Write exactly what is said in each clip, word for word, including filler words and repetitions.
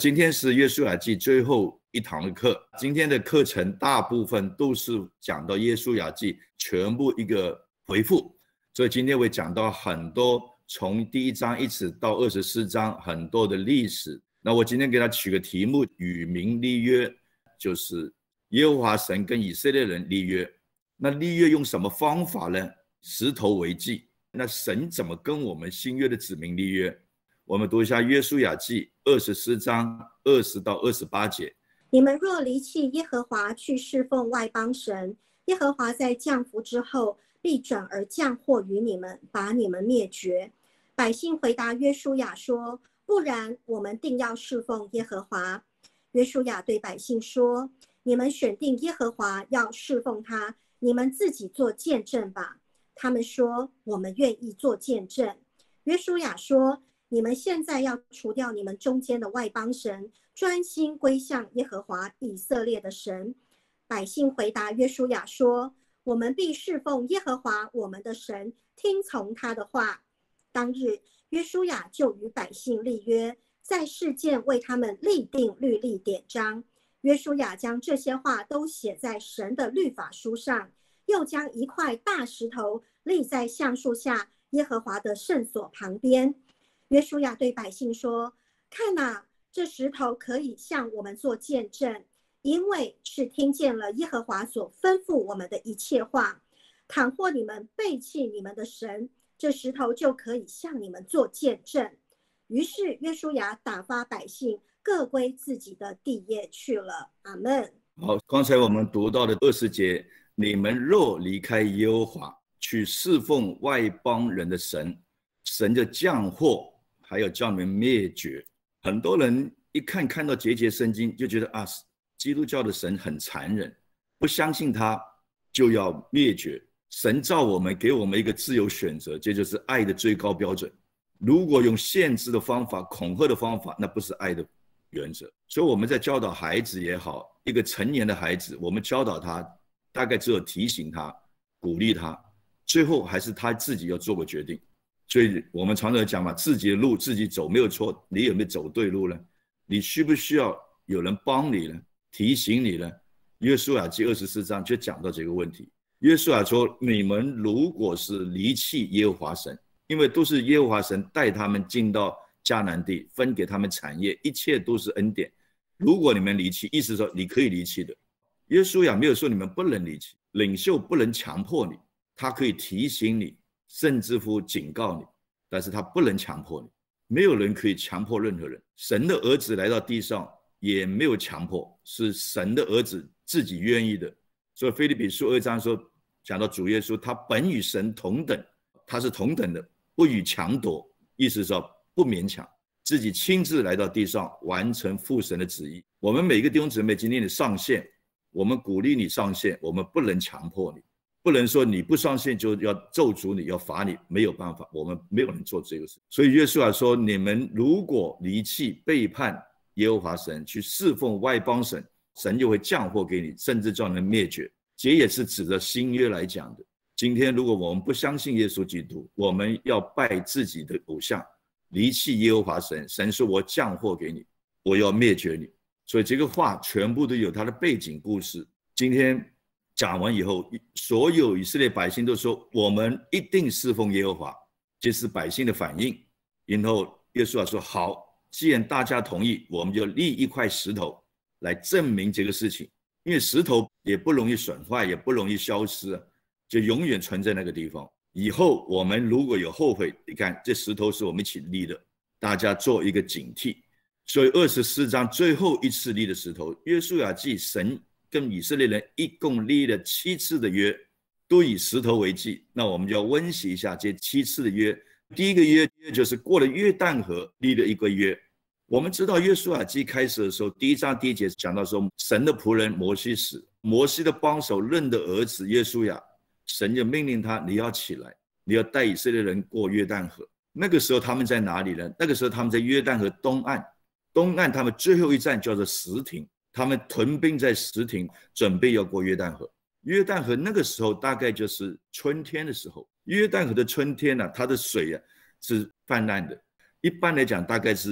今天是约书亚记最后一堂的课，今天的课程大部分都是讲到约书亚记全部一个回复，所以今天会讲到很多从第一章一直到二十四章很多的历史。那我今天给他取个题目，与民立约，就是耶和华神跟以色列人立约。那立约用什么方法呢？石头为记。那神怎么跟我们新约的子民立约？我们读一下约书亚记二十四章二十到二十八节。 你们若离弃耶和华去侍奉外邦神，耶和华在降福之后必转而降祸于你们，把你们灭绝。百姓回答约书亚说，不然我们定要侍奉耶和华。约书亚对百姓说，你们选定耶和华要侍奉他，你们自己做见证吧。他们说，我们愿意做见证。约书亚说，你们现在要除掉你们中间的外邦神，专心归向耶和华以色列的神。百姓回答约书亚说，我们必侍奉耶和华我们的神，听从他的话。当日约书亚就与百姓立约，在示剑为他们立定律例典章。约书亚将这些话都写在神的律法书上，又将一块大石头立在橡树下耶和华的圣所旁边。约书亚对百姓说，看哪，这石头可以向我们做见证，因为是听见了耶和华所吩咐我们的一切话。倘或你们背弃你们的神，这石头就可以向你们做见证。于是约书亚打发百姓各归自己的地业去了。阿们。 好，刚才我们读到的二十节，你们若离开耶和华去侍奉外邦人的神，神就降祸，还有叫你们灭绝。很多人一看看到节节圣经就觉得啊，基督教的神很残忍，不相信他就要灭绝。神造我们，给我们一个自由选择，这就是爱的最高标准。如果用限制的方法、恐吓的方法，那不是爱的原则。所以我们在教导孩子也好，一个成年的孩子，我们教导他，大概只有提醒他、鼓励他，最后还是他自己要做个决定。所以我们常常讲嘛，自己的路自己走没有错，你有没有走对路呢？你需不需要有人帮你呢？提醒你呢？约书亚记二十四章就讲到这个问题。约书亚说，你们如果是离弃耶和华神，因为都是耶和华神带他们进到迦南地，分给他们产业，一切都是恩典。如果你们离弃，意思说你可以离弃的。约书亚没有说你们不能离弃，领袖不能强迫你，他可以提醒你，甚至乎警告你，但是他不能强迫你。没有人可以强迫任何人。神的儿子来到地上也没有强迫，是神的儿子自己愿意的。所以腓立比书二章说，讲到主耶稣，他本与神同等，他是同等的，不与强夺，意思说不勉强，自己亲自来到地上完成父神的旨意。我们每个弟兄姊妹今天的上线，我们鼓励你上线，我们不能强迫你，不能说你不上线就要咒诅你，要罚你，没有办法，我们没有人做这个事。所以约书亚说，你们如果离弃背叛耶和华神，去侍奉外邦神，神就会降祸给你，甚至叫人灭绝。这也是指着新约来讲的。今天如果我们不相信耶稣基督，我们要拜自己的偶像，离弃耶和华神，神说我降祸给你，我要灭绝你。所以这个话全部都有它的背景故事。今天讲完以后，所有以色列百姓都说我们一定侍奉耶和华，这是百姓的反应。然后约书亚说，好，既然大家同意，我们就立一块石头来证明这个事情。因为石头也不容易损坏，也不容易消失，就永远存在那个地方。以后我们如果有后悔，你看这石头是我们一起立的，大家做一个警惕。所以二十四章最后一次立的石头，约书亚记，神跟以色列人一共立了七次的约，都以石头为记。那我们就要温习一下这七次的约。第一个约就是过了约旦河立了一个约。我们知道约书亚记开始的时候，第一章第一节讲到说，神的仆人摩西死，摩西的帮手嫩的儿子约书亚，神就命令他，你要起来，你要带以色列人过约旦河。那个时候他们在哪里呢？那个时候他们在约旦河东岸，东岸他们最后一站叫做石亭，他们屯兵在石亭，准备要过约旦河。约旦河那个时候大概就是春天的时候，约旦河的春天呢、啊，它的水啊是泛滥的，一般来讲大概是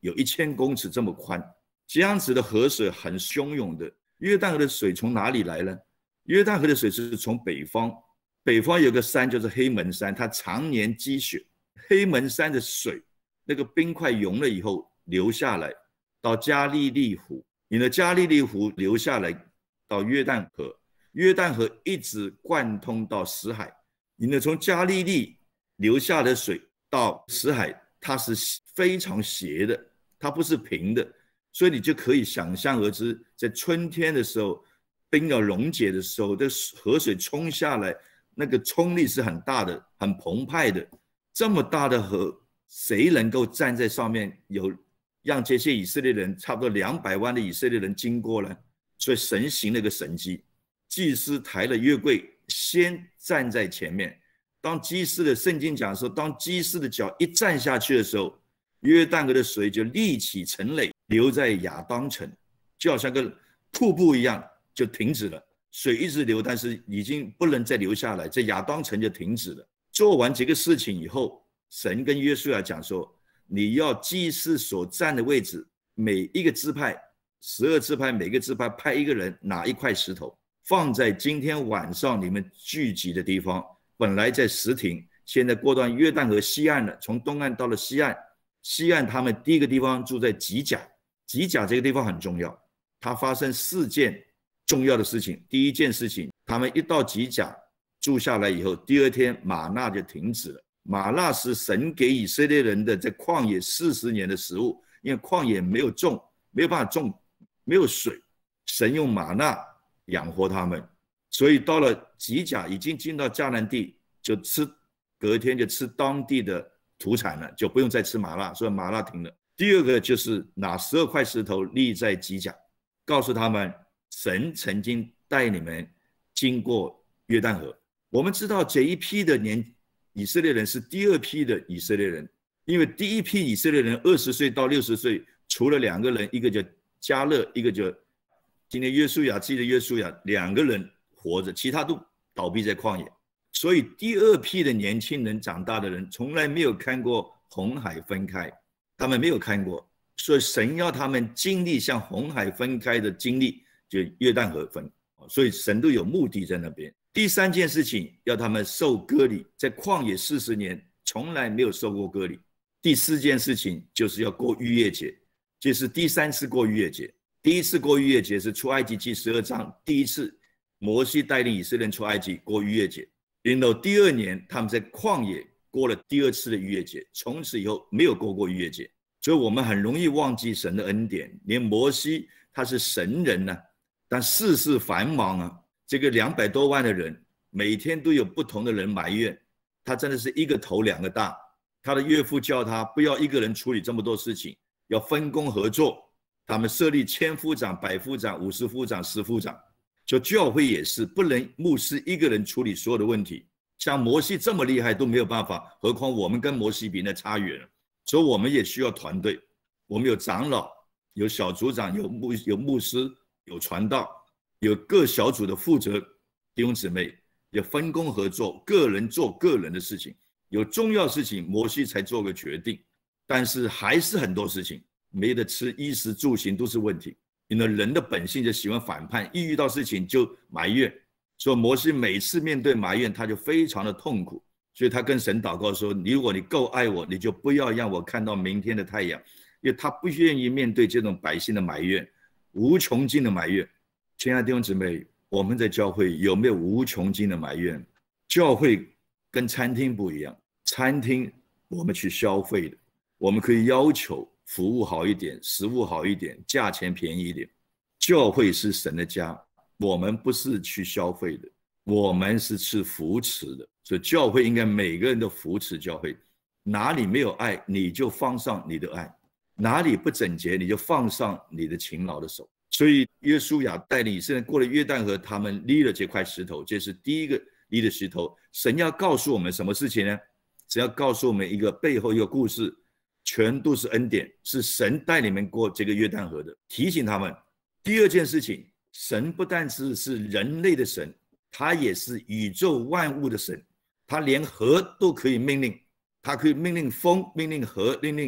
有一千公尺这么宽，这样子的河水很汹涌的。约旦河的水从哪里来呢？约旦河的水是从北方，北方有个山就是黑门山，它常年积雪。黑门山的水，那个冰块融了以后流下来，到加利利湖，你的加利利湖流下来到约旦河，约旦河一直贯通到死海。你的从加利利流下的水到死海，它是非常斜的，它不是平的，所以你就可以想象而知，在春天的时候，冰要溶解的时候，这河水冲下来，那个冲力是很大的，很澎湃的。这么大的河，谁能够站在上面，有让这些以色列人差不多两百万的以色列人经过呢？所以神行了一个神迹，祭司抬了约柜，先站在前面。当祭司的圣经讲说，当祭司的脚一站下去的时候，约旦河的水就立起成垒，流在亚当城，就好像个瀑布一样，就停止了。水一直流，但是已经不能再流下来，在亚当城就停止了。做完这个事情以后，神跟约书亚讲说，你要祭司所站的位置，每一个支派，十二支派，每个支派派一个人拿一块石头，放在今天晚上你们聚集的地方。本来在石亭，现在过段约旦河西岸了，从东岸到了西岸。西岸他们第一个地方住在吉甲，吉甲这个地方很重要，它发生四件重要的事情。第一件事情，他们一到吉甲住下来以后，第二天玛纳就停止了。玛纳是神给以色列人的在旷野四十年的食物，因为旷野没有种，没有办法种，没有水，神用玛纳养活他们。所以到了吉甲，已经进到迦南地，就吃，隔天就吃当地的土产了，就不用再吃麻辣，所以麻辣停了。第二个就是拿十二块石头立在吉甲，告诉他们神曾经带你们经过约旦河。我们知道这一批的年以色列人是第二批的以色列人，因为第一批以色列人二十岁到六十岁，除了两个人，一个叫迦勒，一个叫今天约书亚记的约书亚，两个人活着，其他都倒闭在旷野。所以第二批的年轻人长大的人，从来没有看过红海分开，他们没有看过，所以神要他们经历像红海分开的经历，就约旦河分，所以神都有目的在那边。第三件事情，要他们受割礼，在旷野四十年，从来没有受过割礼。第四件事情就是要过逾越节，这是第三次过逾越节。第一次过逾越节是出埃及记十二章，第一次摩西带领以色列人出埃及过逾越节。然后第二年他们在旷野过了第二次的逾越节，从此以后没有过过逾越节。所以我们很容易忘记神的恩典。连摩西他是神人呢、啊，但世事繁忙啊，这个两百多万的人，每天都有不同的人埋怨他，真的是一个头两个大。他的岳父叫他不要一个人处理这么多事情，要分工合作。他们设立千夫长、百夫长、五十夫长、十夫长。就教会也是不能牧师一个人处理所有的问题，像摩西这么厉害都没有办法，何况我们跟摩西比那差远了。所以我们也需要团队，我们有长老，有小组长，有牧有牧师，有传道，有各小组的负责弟兄姊妹，有分工合作，个人做个人的事情，有重要事情摩西才做个决定，但是还是很多事情没得吃，衣食住行都是问题。因为人的本性就喜欢反叛，一遇到事情就埋怨，所以摩西每次面对埋怨他就非常的痛苦，所以他跟神祷告说，如果你够爱我，你就不要让我看到明天的太阳。因为他不愿意面对这种百姓的埋怨，无穷尽的埋怨。亲爱的弟兄姊妹，我们在教会有没有无穷尽的埋怨？教会跟餐厅不一样，餐厅我们去消费的，我们可以要求服务好一点，食物好一点，价钱便宜一点。教会是神的家，我们不是去消费的，我们是去扶持的。所以教会应该每个人都扶持教会，哪里没有爱，你就放上你的爱，哪里不整洁，你就放上你的勤劳的手。所以约书亚带领以色列人过了约旦河，他们立了这块石头，这是第一个立的石头。神要告诉我们什么事情呢？只要告诉我们一个背后一个故事，全都是恩典，是神带你们过这个约旦河的，提醒他们。第二件事情，神不但是是人类的神，他也是宇宙万物的神，他连河都可以命令，他可以命令风，命令河，命令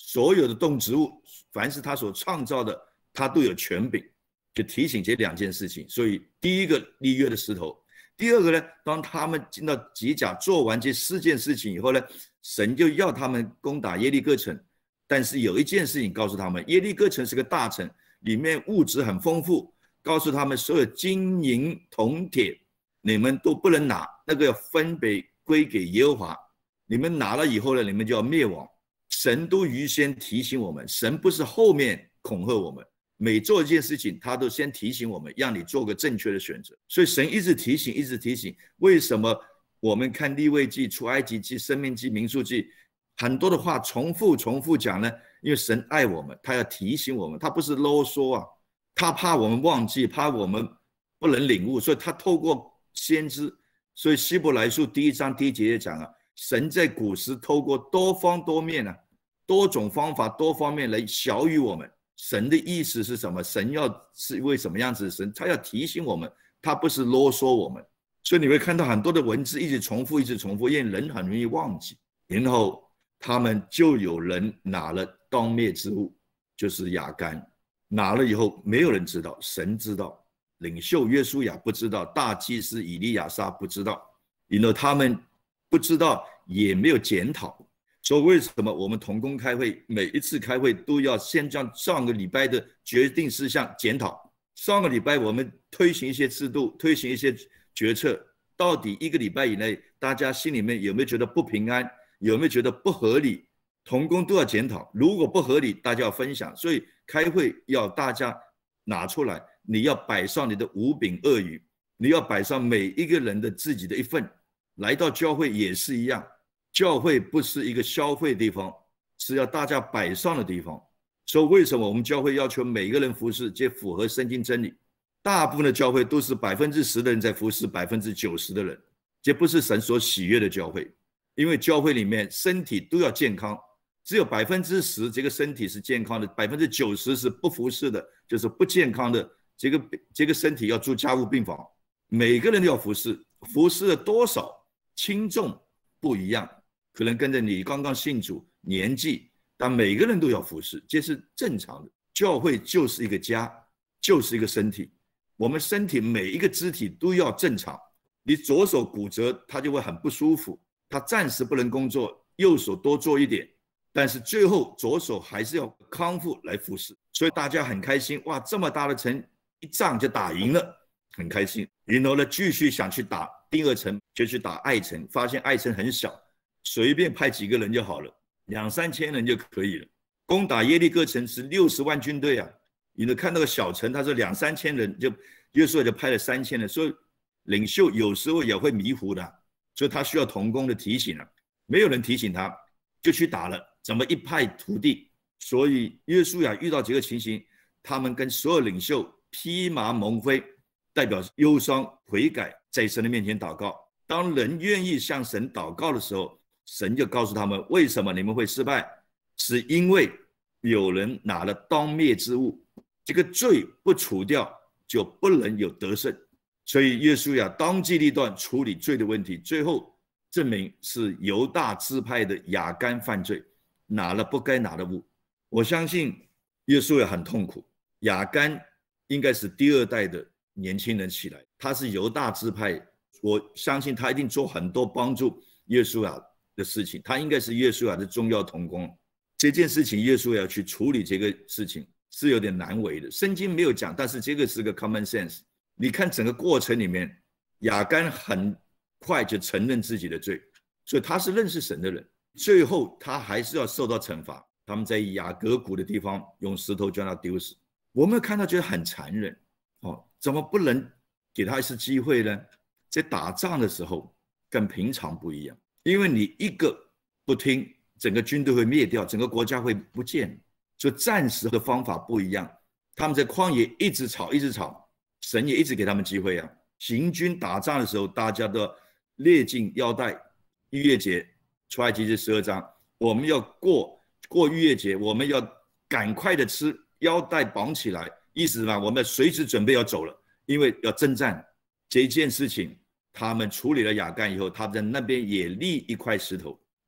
所有的动植物，凡是他所创造的，他都有权柄，就提醒这两件事情。所以第一个立约的石头，第二个呢，当他们进到吉甲做完这四件事情以后呢，神就要他们攻打耶利哥城。但是有一件事情告诉他们，耶利哥城是个大城，里面物质很丰富，告诉他们所有金银铜铁你们都不能拿，那个要分别归给耶和华。你们拿了以后呢，你们就要灭亡。神都预先提醒我们，神不是后面恐吓我们，每做一件事情他都先提醒我们，让你做个正确的选择。所以神一直提醒一直提醒。为什么我们看利未记、出埃及记、申命记、民数记很多的话重复重复讲呢？因为神爱我们，他要提醒我们，他不是啰嗦啊，他怕我们忘记，怕我们不能领悟，所以他透过先知。所以希伯来书第一章第一节也讲了，神在古时透过多方多面啊，多种方法多方面来晓谕我们。神的意思是什么？神要是为什么样子的神，他要提醒我们，他不是啰嗦我们。所以你会看到很多的文字一直重复一直重复，因为人很容易忘记。然后他们就有人拿了当灭之物，就是亚干，拿了以后没有人知道，神知道，领袖约书亚不知道，大祭司以利亚撒不知道，然后他们不知道也没有检讨。所以为什么我们同工开会，每一次开会都要先将上个礼拜的决定事项检讨？上个礼拜我们推行一些制度，推行一些决策，到底一个礼拜以内大家心里面有没有觉得不平安，有没有觉得不合理？同工都要检讨，如果不合理大家要分享。所以开会要大家拿出来，你要摆上你的五饼二鱼，你要摆上每一个人的自己的一份。来到教会也是一样，教会不是一个消费的地方，是要大家摆上的地方。所以为什么我们教会要求每个人服侍，这符合圣经真理？大部分的教会都是百分之十的人在服侍百分之九十的人，这不是神所喜悦的教会。因为教会里面身体都要健康，只有百分之十这个身体是健康的，百分之九十是不服侍的，就是不健康的。这个这个身体要住家务病房，每个人都要服侍，服侍了多少轻重不一样，可能跟着你刚刚信主年纪，但每个人都要服侍，这是正常的。教会就是一个家，就是一个身体，我们身体每一个肢体都要正常。你左手骨折，他就会很不舒服，他暂时不能工作，右手多做一点，但是最后左手还是要康复来服侍。所以大家很开心，哇，这么大的城一仗就打赢了，很开心。然后呢，继续想去打第二城，就去打爱城，发现爱城很小，随便派几个人就好了，两三千人就可以了。攻打耶利哥城是六十万军队啊，你能看到个小城，他是两三千人，就约书亚就派了三千人。所以领袖有时候也会迷糊的，所以他需要同工的提醒啊，没有人提醒他，就去打了，怎么一派涂地？所以约书亚遇到这个情形，他们跟所有领袖披麻蒙灰，代表忧伤悔改，在神的面前祷告。当人愿意向神祷告的时候，神就告诉他们，为什么你们会失败，是因为有人拿了当灭之物，这个罪不除掉就不能有得胜。所以约书亚当机立断处理罪的问题，最后证明是犹大支派的亚干犯罪，拿了不该拿的物。我相信约书亚很痛苦，亚干应该是第二代的年轻人起来，他是犹大支派，我相信他一定做很多帮助约书亚的事情，他应该是约书亚的重要同工。这件事情约书亚去处理这个事情是有点难为的，圣经没有讲，但是这个是个 common sense。你看整个过程里面，亚干很快就承认自己的罪，所以他是认识神的人，最后他还是要受到惩罚。他们在雅各谷的地方用石头将他丢死。我们看到觉得很残忍，哦，怎么不能给他一次机会呢？在打仗的时候跟平常不一样，因为你一个不听，整个军队会灭掉，整个国家会不见，所以暂时的方法不一样。他们在旷野一直吵一直吵，神也一直给他们机会啊。行军打仗的时候，大家都列进腰带，逾越节，出埃及记十二章，我们要过过逾越节，我们要赶快的吃，腰带绑起来，意思嘛，我们随时准备要走了，因为要征战。这件事情他们处理了亚干以后，他们在那边也立一块石头，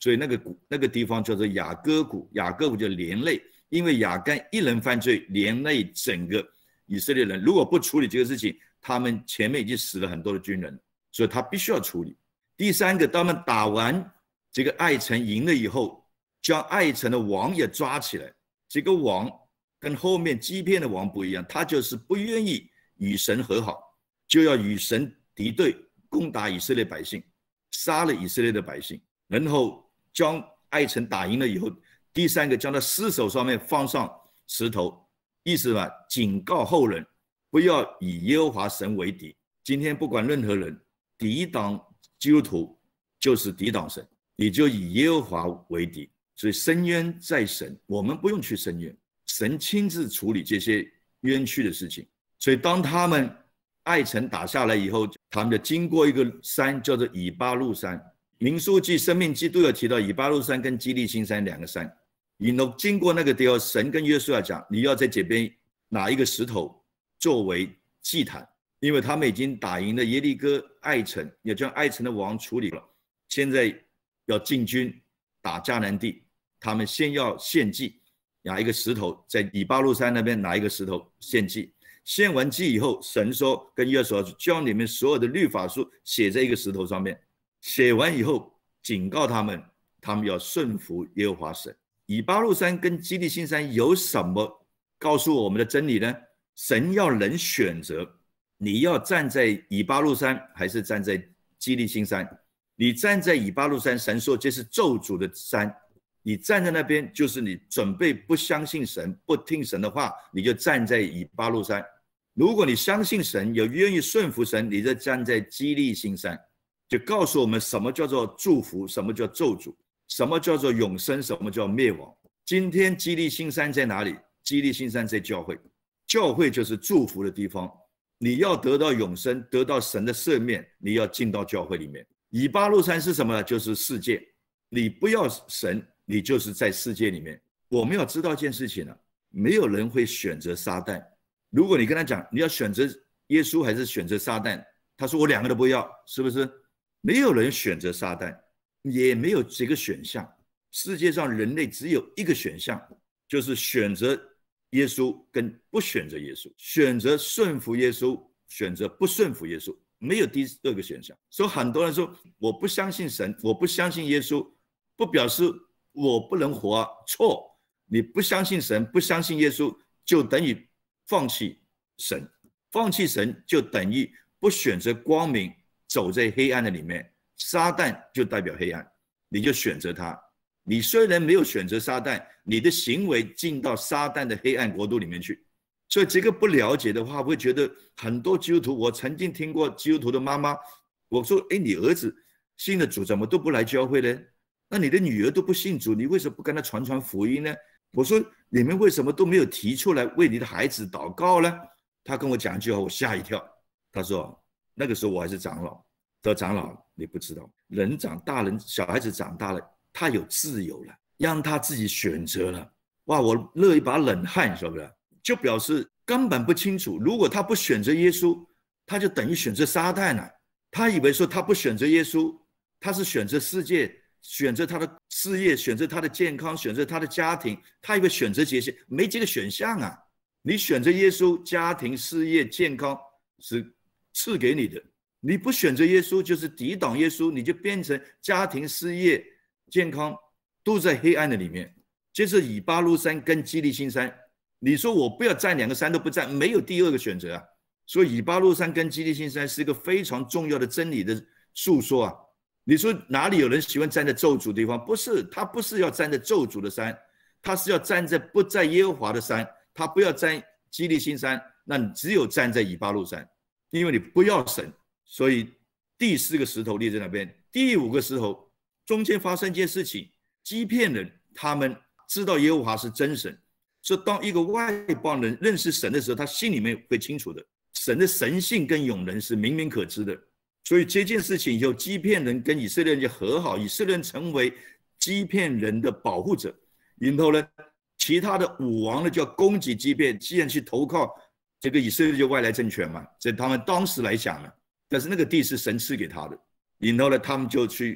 所以那个谷那个地方叫做雅各谷，雅各谷就连累，因为亚干一人犯罪，连累整个以色列人。如果不处理这个事情，他们前面已经死了很多的军人，所以他必须要处理。第三个，他们打完这个爱城赢了以后，将爱城的王也抓起来。这个王跟后面基遍的王不一样，他就是不愿意与神和好，就要与神敌对，攻打以色列百姓，杀了以色列的百姓，然后将爱城打赢了以后，第三个将他尸首上面放上石头，意思吧，警告后人不要以耶和华神为敌。今天不管任何人抵挡基督徒，就是抵挡神，你就以耶和华为敌。所以伸冤在神，我们不用去伸冤，神亲自处理这些冤屈的事情。所以当他们爱城打下来以后，他们就经过一个山叫做以巴路山，民数记、生命记都有提到以巴路山跟基利心山两个山。然后经过那个地方，神跟约书亚讲，你要在这边拿一个石头作为祭坛，因为他们已经打赢了耶利哥、爱城，也将爱城的王处理了，现在要进军打迦南地，他们先要献祭，拿一个石头在以巴路山那边拿一个石头献祭。献完祭以后，神说跟约书亚说，将你们所有的律法书写在一个石头上面，写完以后警告他们，他们要顺服耶和华神。以巴路山跟基利心山有什么告诉我们的真理呢？神要人选择，你要站在以巴路山还是站在基利心山。你站在以巴路山，神说这是咒诅的山，你站在那边就是你准备不相信神，不听神的话，你就站在以巴路山。如果你相信神，也愿意顺服神，你就站在基利心山。就告诉我们什么叫做祝福，什么叫咒诅，什么叫做永生，什么叫灭亡。今天基利心山在哪里？基利心山在教会，教会就是祝福的地方。你要得到永生，得到神的赦免，你要进到教会里面。以巴路山是什么呢？就是世界。你不要神，你就是在世界里面。我们要知道一件事情啊，没有人会选择撒旦。如果你跟他讲你要选择耶稣还是选择撒旦，他说我两个都不要，是不是？没有人选择撒旦，也没有这个选项。世界上人类只有一个选项，就是选择耶稣跟不选择耶稣，选择顺服耶稣，选择不顺服耶稣，没有第二个选项。所以很多人说我不相信神，我不相信耶稣，不表示我不能活啊。错，你不相信神，不相信耶稣，就等于放弃神，放弃神就等于不选择光明，走在黑暗的里面。撒旦就代表黑暗，你就选择他。你虽然没有选择撒旦，你的行为进到撒旦的黑暗国度里面去。所以这个不了解的话，会觉得很多基督徒，我曾经听过基督徒的妈妈，我说诶，你儿子信了主怎么都不来教会呢？那你的女儿都不信主，你为什么不跟她传传福音呢？我说你们为什么都没有提出来为你的孩子祷告呢？他跟我讲一句话，我吓一跳。他说那个时候我还是长老。他说长老你不知道，人长大人小孩子长大了，他有自由了，让他自己选择了。哇，我热一把冷汗，晓不晓得？就表示根本不清楚，如果他不选择耶稣，他就等于选择撒旦了。他以为说他不选择耶稣，他是选择世界，选择他的事业，选择他的健康，选择他的家庭，他以为选择这些，没这个选项啊。你选择耶稣，家庭、事业、健康是赐给你的，你不选择耶稣，就是抵挡耶稣，你就变成家庭、事业、健康都在黑暗的里面。这是以巴路山跟基利心山，你说我不要站两个山都不站，没有第二个选择啊。所以以巴路山跟基利心山是一个非常重要的真理的诉说啊。你说哪里有人喜欢站在咒诅的地方？不是，他不是要站在咒诅的山，他是要站在不在耶和华的山。他不要站基利心山，那你只有站在以巴路山，因为你不要神。所以第四个石头立在那边，第五个石头中间发生一件事情，基遍人他们知道耶和华是真神，所以当一个外邦人认识神的时候，他心里面会清楚的，神的神性跟永能是明明可知的。所以这件事情以后，基遍人跟以色列人就和好，以色列人成为基遍人的保护者。然后呢，其他的武王呢就要攻击基遍，既然去投靠这个以色列就外来政权嘛，这他们当时来讲呢，但是那个地是神赐给他的。然后呢，他们就去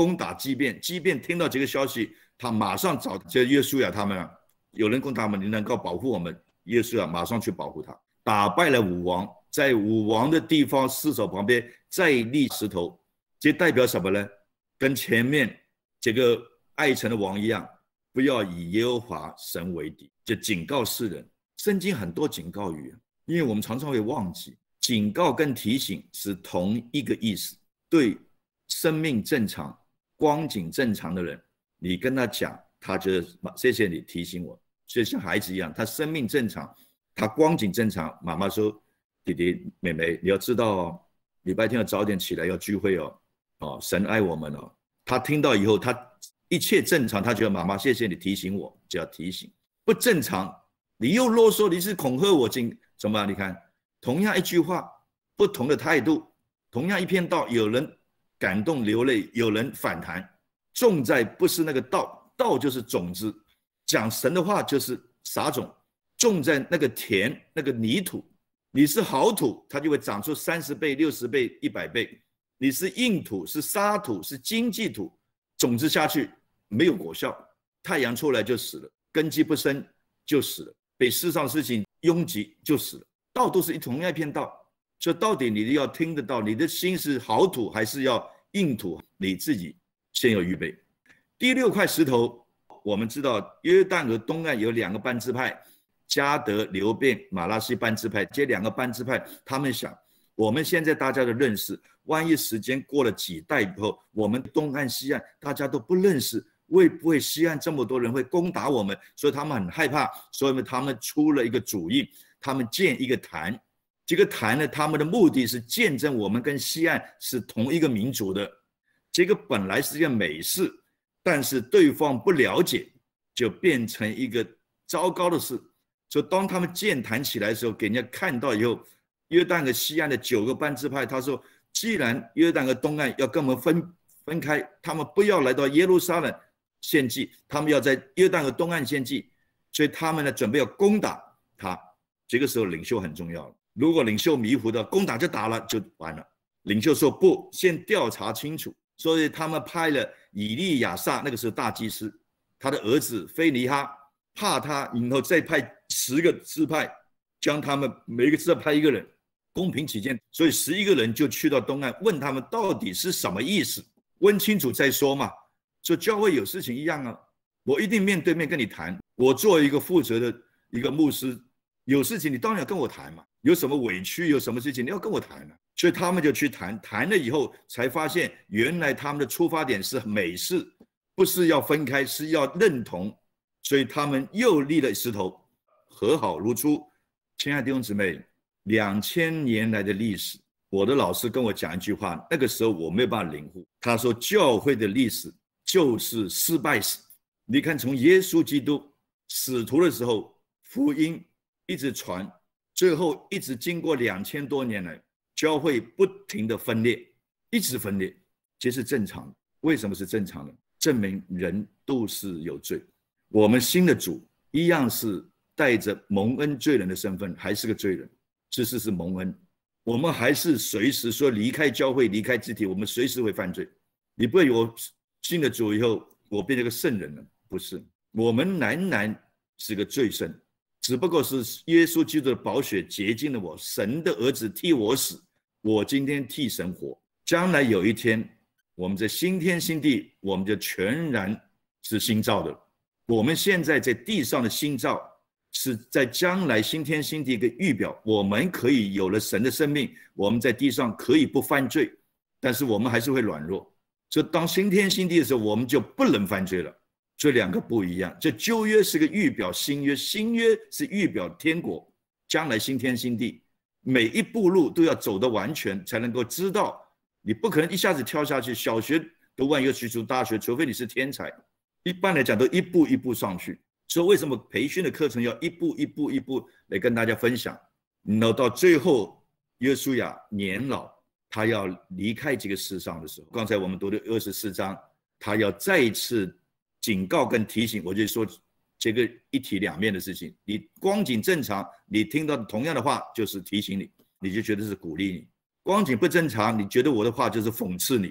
攻打基遍，基遍听到这个消息，他马上找这约书亚他们，有人攻打我们，你能够保护我们，约书亚马上去保护他，打败了武王，在武王的地方尸首旁边再立石头，这代表什么呢？跟前面这个爱城的王一样，不要以耶和华神为敌，就警告世人。圣经很多警告语，因为我们常常会忘记，警告跟提醒是同一个意思。对生命正常、光景正常的人，你跟他讲，他就谢谢你提醒我，就像孩子一样，他生命正常，他光景正常，妈妈说，弟弟妹妹你要知道哦，礼拜天要早点起来要聚会哦，哦，神爱我们哦。他听到以后，他一切正常，他觉得妈妈谢谢你提醒我，就要提醒。不正常，你又啰嗦，你是恐吓我，怎么办？你看，同样一句话，不同的态度，同样一篇道，有人感动流泪，有人反弹。种在不是那个道，道就是种子，讲神的话就是撒种，种在那个田那个泥土，你是好土，它就会长出三十倍、六十倍、一百倍；你是硬土、是沙土、是经济土，种子下去没有果效，太阳出来就死了，根基不深就死了，被世上事情拥挤就死了。道都是同样一片道，所以到底你要听得到，你的心是好土还是要硬土，你自己先有预备。第六块石头，我们知道约旦河东岸有两个班支派，迦得、流便、马拉西班支派，这两个班支派，他们想，我们现在大家的认识，万一时间过了几代以后，我们东岸西岸大家都不认识，会不会西岸这么多人会攻打我们？所以他们很害怕，所以他们出了一个主意，他们建一个坛。这个坛呢，他们的目的是见证我们跟西岸是同一个民族的。这个本来是一件美事，但是对方不了解，就变成一个糟糕的事。所以当他们建坛起来的时候，给人家看到以后，约旦河西岸的九个班支派，他说，既然约旦河东岸要跟我们分分开，他们不要来到耶路撒冷献祭，他们要在约旦河东岸献祭，所以他们呢准备要攻打他。这个时候领袖很重要了，如果领袖迷糊的攻打就打了就完了。领袖说不，先调查清楚，所以他们派了以利亚撒，那个时候大祭司，他的儿子菲尼哈，怕他，然后再派十个支派，将他们每一个支派派一个人，公平起见，所以十一个人就去到东岸，问他们到底是什么意思，问清楚再说嘛。所以教会有事情一样啊，我一定面对面跟你谈。我作为一个负责的一个牧师，有事情你当然要跟我谈嘛，有什么委屈，有什么事情你要跟我谈啊。所以他们就去谈，谈了以后才发现，原来他们的出发点是美事，不是要分开，是要认同。所以他们又立了石头，和好如初。亲爱的弟兄姊妹，两千年来的历史，我的老师跟我讲一句话，那个时候我没有办法领悟。他说，教会的历史就是失败史。你看，从耶稣基督使徒的时候，福音一直传，最后一直经过两千多年来，教会不停的分裂，一直分裂，这是正常的。为什么是正常的？证明人都是有罪。我们新的主一样是带着蒙恩罪人的身份，还是个罪人，只是是蒙恩。我们还是随时说离开教会，离开肢体，我们随时会犯罪。你不会有新的主以后，我变成个圣人了，不是。我们仍然是个罪人，只不过是耶稣基督的宝血洁净了我，神的儿子替我死，我今天替神活。将来有一天，我们在新天新地，我们就全然是新造的。我们现在在地上的新造，是在将来新天新地一个预表。我们可以有了神的生命，我们在地上可以不犯罪，但是我们还是会软弱。所以当新天新地的时候，我们就不能犯罪了。这两个不一样。这旧约是个预表新约，新约是预表天国，将来新天新地，每一步路都要走得完全，才能够知道。你不可能一下子跳下去，小学读完又去读大学，除非你是天才。一般来讲都一步一步上去。所以为什么培训的课程要一步一步一步来跟大家分享？然后到最后约书亚年老，他要离开这个世上的时候，刚才我们读的二十四章，他要再一次警告跟提醒。我就说这个一体两面的事情，你光景正常，你听到同样的话就是提醒你，你就觉得是鼓励你；光景不正常，你觉得我的话就是讽刺你。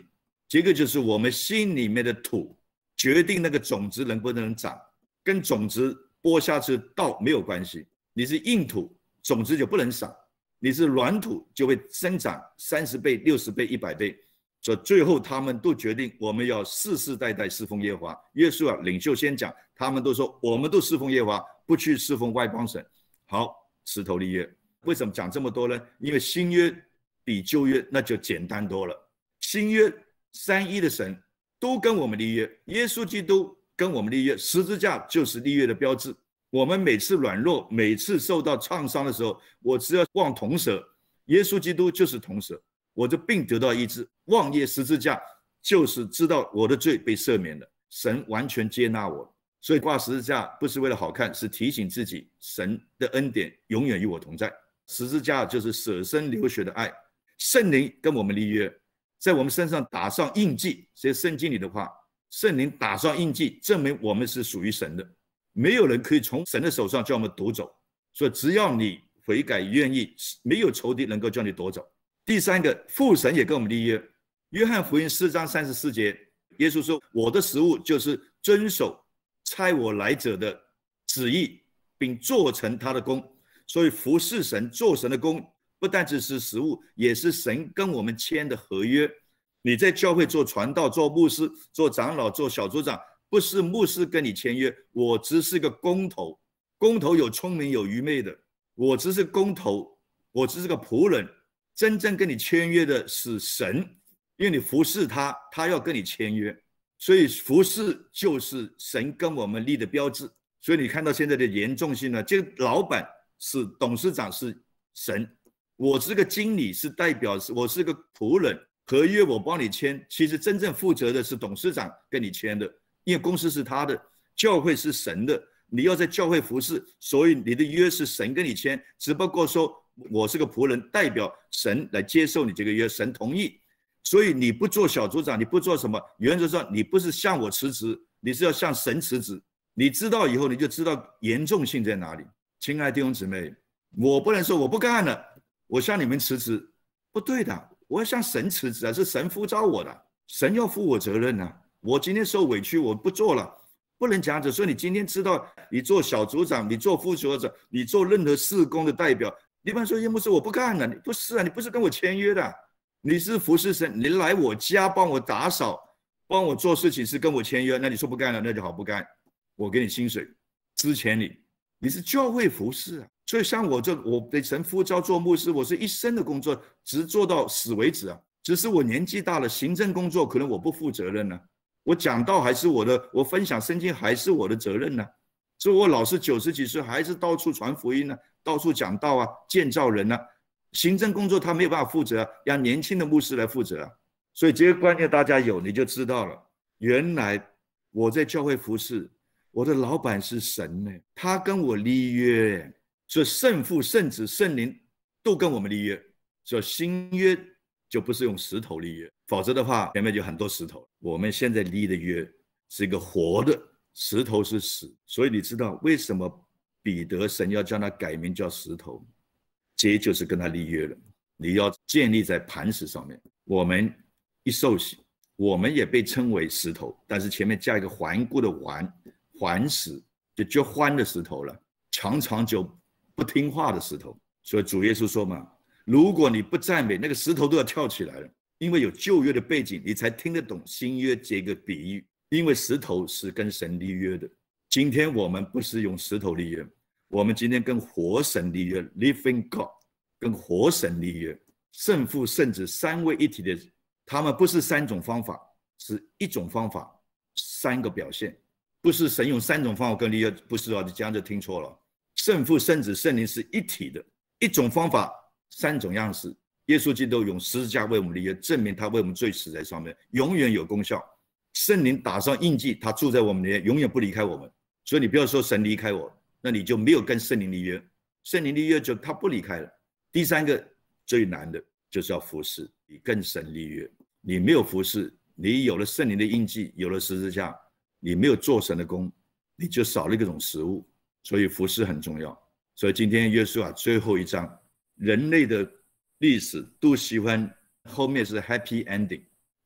结果就是我们心里面的土决定那个种子能不能长，跟种子播下去稻没有关系。你是硬土，种子就不能长；你是软土，就会生长三十倍、六十倍、一百倍。所以最后他们都决定，我们要世世代代侍奉耶和华。约书亚领袖先讲，他们都说我们都侍奉耶和华，不去侍奉外邦神。好，石头立约。为什么讲这么多呢？因为新约比旧约那就简单多了。新约三一的神都跟我们立约，耶稣基督跟我们立约，十字架就是立约的标志。我们每次软弱，每次受到创伤的时候，我只要望铜蛇，耶稣基督就是铜蛇，我的病得到医治。望耶十字架就是知道我的罪被赦免了，神完全接纳我。所以挂十字架不是为了好看，是提醒自己神的恩典永远与我同在。十字架就是舍身流血的爱。圣灵跟我们立约，在我们身上打上印记，这是圣经里的话，圣灵打上印记，证明我们是属于神的，没有人可以从神的手上叫我们夺走。所以只要你悔改愿意，没有仇敌能够叫你夺走。第三个，父神也跟我们立约。约翰福音四章三十四节，耶稣说，我的食物就是遵守差我来者的旨意，并做成他的工。所以服侍神，做神的工，不单只是食物，也是神跟我们签的合约。你在教会做传道、做牧师、做长老、做小组长，不是牧师跟你签约，我只是个工头。工头有聪明有愚昧的，我只是工头，我只是个仆人。真正跟你签约的是神，因为你服侍他，他要跟你签约。所以服侍就是神跟我们立的标志。所以你看到现在的严重性呢，这个老板是董事长是神，我是个经理是代表我是个仆人，合约我帮你签，其实真正负责的是董事长跟你签的，因为公司是他的，教会是神的，你要在教会服侍，所以你的约是神跟你签，只不过说我是个仆人，代表神来接受你这个约，神同意。所以你不做小组长，你不做什么，原则上你不是向我辞职，你是要向神辞职。你知道以后你就知道严重性在哪里。亲爱的弟兄姊妹，我不能说我不干了，我向你们辞职，不对的，我要向神辞职啊，是神呼召我的，神要负我责任啊。我今天受委屈，我不做了，不能这样子。所以你今天知道，你做小组长，你做副组长，你做任何事工的代表，一般说叶牧师我不干了，你不是啊，你不是跟我签约的，你是服侍神，你来我家帮我打扫，帮我做事情是跟我签约，那你说不干了，那就好不干，我给你薪水，支钱你，你是教会服侍啊。所以像我这，我被神呼召做牧师，我是一生的工作，直做到死为止啊。只是我年纪大了，行政工作可能我不负责任呢、啊，我讲道还是我的，我分享圣经还是我的责任呢、啊。所以我老是九十几岁，还是到处传福音呢、啊，到处讲道啊，建造人啊。行政工作他没有办法负责、啊，让年轻的牧师来负责啊。所以这个观念大家有，你就知道了。原来我在教会服侍，我的老板是神呢，他跟我立约，所以圣父、圣子、圣灵都跟我们立约。所以新约就不是用石头立约，否则的话前面就很多石头。我们现在立的约是一个活的，石头是死。所以你知道为什么彼得神要叫他改名叫石头？这就是跟他立约了，你要建立在磐石上面。我们一受洗，我们也被称为石头，但是前面加一个顽固的顽，顽石就就欢的石头了，常常就不听话的石头。所以主耶稣说嘛，如果你不赞美，那个石头都要跳起来了。因为有旧约的背景，你才听得懂新约这个比喻。因为石头是跟神立约的，今天我们不是用石头立约，我们今天跟活神立约 ，Living God， 跟活神立约，圣父、圣子三位一体的，他们不是三种方法，是一种方法，三个表现，不是神用三种方法跟立约，不是哦，你这样就听错了。圣父、圣子、圣灵是一体的，一种方法，三种样式。耶稣基督用十字架为我们立约，证明他为我们罪死在上面，永远有功效。圣灵打上印记，他住在我们里面，永远不离开我们。所以你不要说神离开我，那你就没有跟圣灵立约。圣灵立约就他不离开了。第三个最难的就是要服侍，你跟神立约。你没有服侍，你有了圣灵的印记，有了十字架，你没有做神的工，你就少了一种食物。所以服侍很重要。所以今天约书亚最后一章，人类的历史都喜欢后面是 happy ending，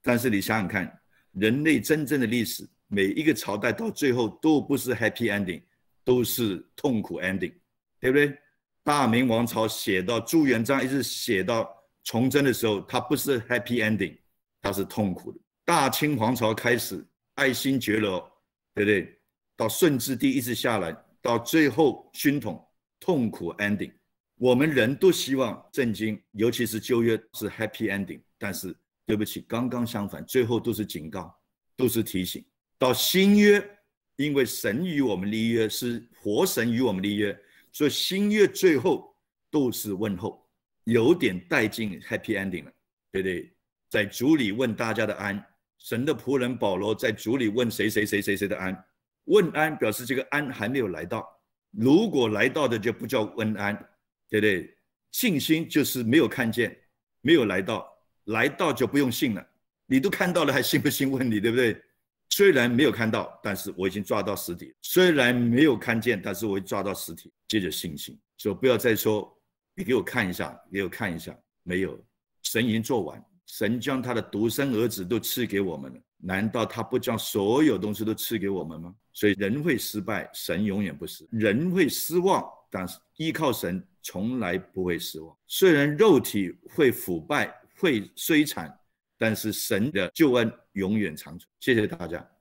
但是你想想看，人类真正的历史，每一个朝代到最后都不是 happy ending， 都是痛苦 ending， 对不对？大明王朝写到朱元璋一直写到崇祯的时候，它不是 happy ending， 它是痛苦的。大清皇朝开始爱新觉罗，对不对？到顺治帝一直下来，到最后宣统，痛苦 ending。我们人都希望圣经，尤其是旧约是 happy ending， 但是对不起，刚刚相反，最后都是警告，都是提醒。到新约，因为神与我们立约，是活神与我们立约，所以新约最后都是问候，有点带进 happy ending 了，对不对？在主里问大家的安，神的仆人保罗在主里问谁谁谁谁谁的安，问安表示这个安还没有来到，如果来到的就不叫问安，对不对？信心就是没有看见，没有来到，来到就不用信了。你都看到了还信不信问你，对不对？虽然没有看到，但是我已经抓到实体；虽然没有看见，但是我已经抓到实体，接着信心。所以不要再说你给我看一下，给我看一下，没有，神已经做完，神将他的独生儿子都赐给我们了，难道他不将所有东西都赐给我们吗？所以人会失败，神永远不是；人会失望，但是依靠神从来不会失望。虽然肉体会腐败，会衰残，但是神的救恩永远长存。谢谢大家。